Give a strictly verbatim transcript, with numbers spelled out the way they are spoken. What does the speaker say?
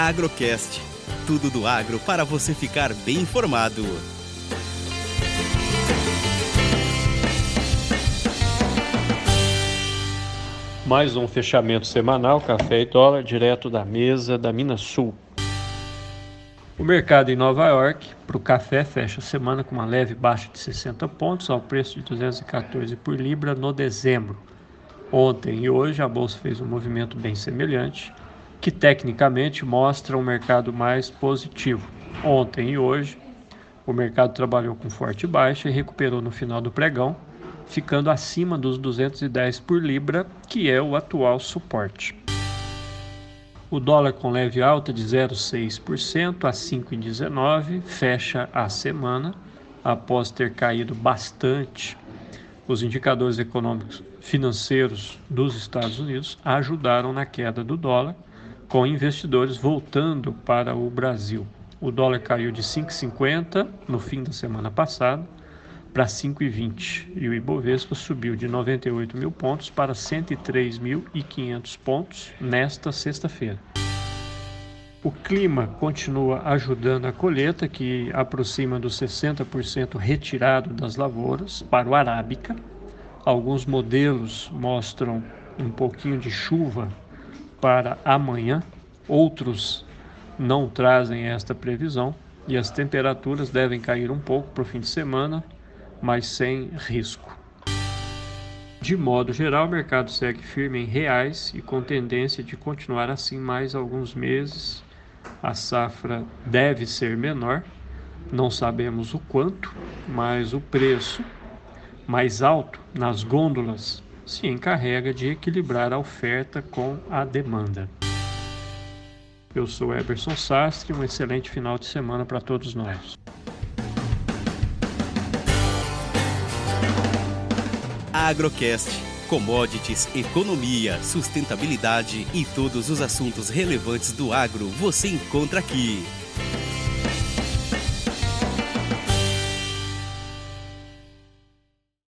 Agrocast. Tudo do agro para você ficar bem informado. Mais um fechamento semanal, café e dólar, direto da mesa da Minasul. O mercado em Nova York, para o café, fecha a semana com uma leve baixa de sessenta pontos, ao preço de duzentos e quatorze por libra no dezembro. Ontem e hoje a bolsa fez um movimento bem semelhante, que tecnicamente mostra um mercado mais positivo. Ontem e hoje o mercado trabalhou com forte baixa e recuperou no final do pregão, ficando acima dos duzentos e dez por libra, que é o atual suporte. O dólar com leve alta de zero vírgula seis por cento a cinco reais e dezenove centavos fecha a semana, após ter caído bastante. Os indicadores econômicos financeiros dos Estados Unidos ajudaram na queda do dólar, com investidores voltando para o Brasil. O dólar caiu de cinco reais e cinquenta centavos no fim da semana passada para cinco reais e vinte centavos e o Ibovespa subiu de noventa e oito mil pontos para cento e três mil e quinhentos pontos nesta sexta-feira. O clima continua ajudando a colheita, que aproxima dos sessenta por cento retirado das lavouras para o arábica. Alguns modelos mostram um pouquinho de chuva para amanhã, outros não trazem esta previsão e as temperaturas devem cair um pouco para o fim de semana, mas sem risco. De modo geral, o mercado segue firme em reais e com tendência de continuar assim mais alguns meses. A safra deve ser menor, não sabemos o quanto, mas o preço mais alto nas gôndolas se encarrega de equilibrar a oferta com a demanda. Eu sou Eberson Sastre, um excelente final de semana para todos nós. Agrocast. Commodities, economia, sustentabilidade e todos os assuntos relevantes do agro você encontra aqui.